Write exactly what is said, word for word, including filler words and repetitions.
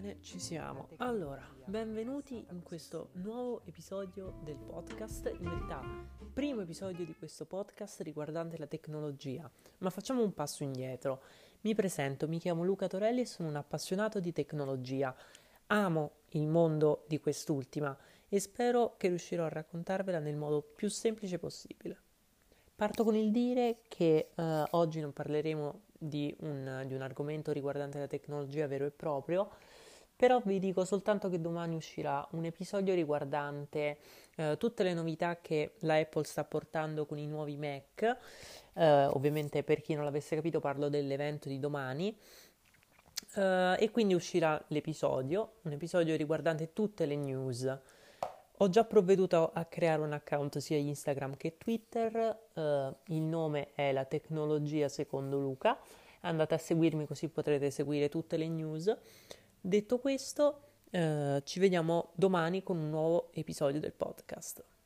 Bene, ci siamo. Allora, benvenuti in questo nuovo episodio del podcast. In verità, primo episodio di questo podcast riguardante la tecnologia. Ma facciamo un passo indietro. Mi presento, mi chiamo Luca Torelli e sono un appassionato di tecnologia. Amo il mondo di quest'ultima e spero che riuscirò a raccontarvela nel modo più semplice possibile. Parto con il dire che eh, oggi non parleremo di un, di un argomento riguardante la tecnologia vero e proprio, però vi dico soltanto che domani uscirà un episodio riguardante eh, tutte le novità che la Apple sta portando con i nuovi Mac. Eh, ovviamente, per chi non l'avesse capito, parlo dell'evento di domani. Eh, e quindi uscirà l'episodio, un episodio riguardante tutte le news. Ho già provveduto a creare un account sia Instagram che Twitter, eh, il nome è La Tecnologia Secondo Luca, andate a seguirmi così potrete seguire tutte le news. Detto questo, eh, ci vediamo domani con un nuovo episodio del podcast.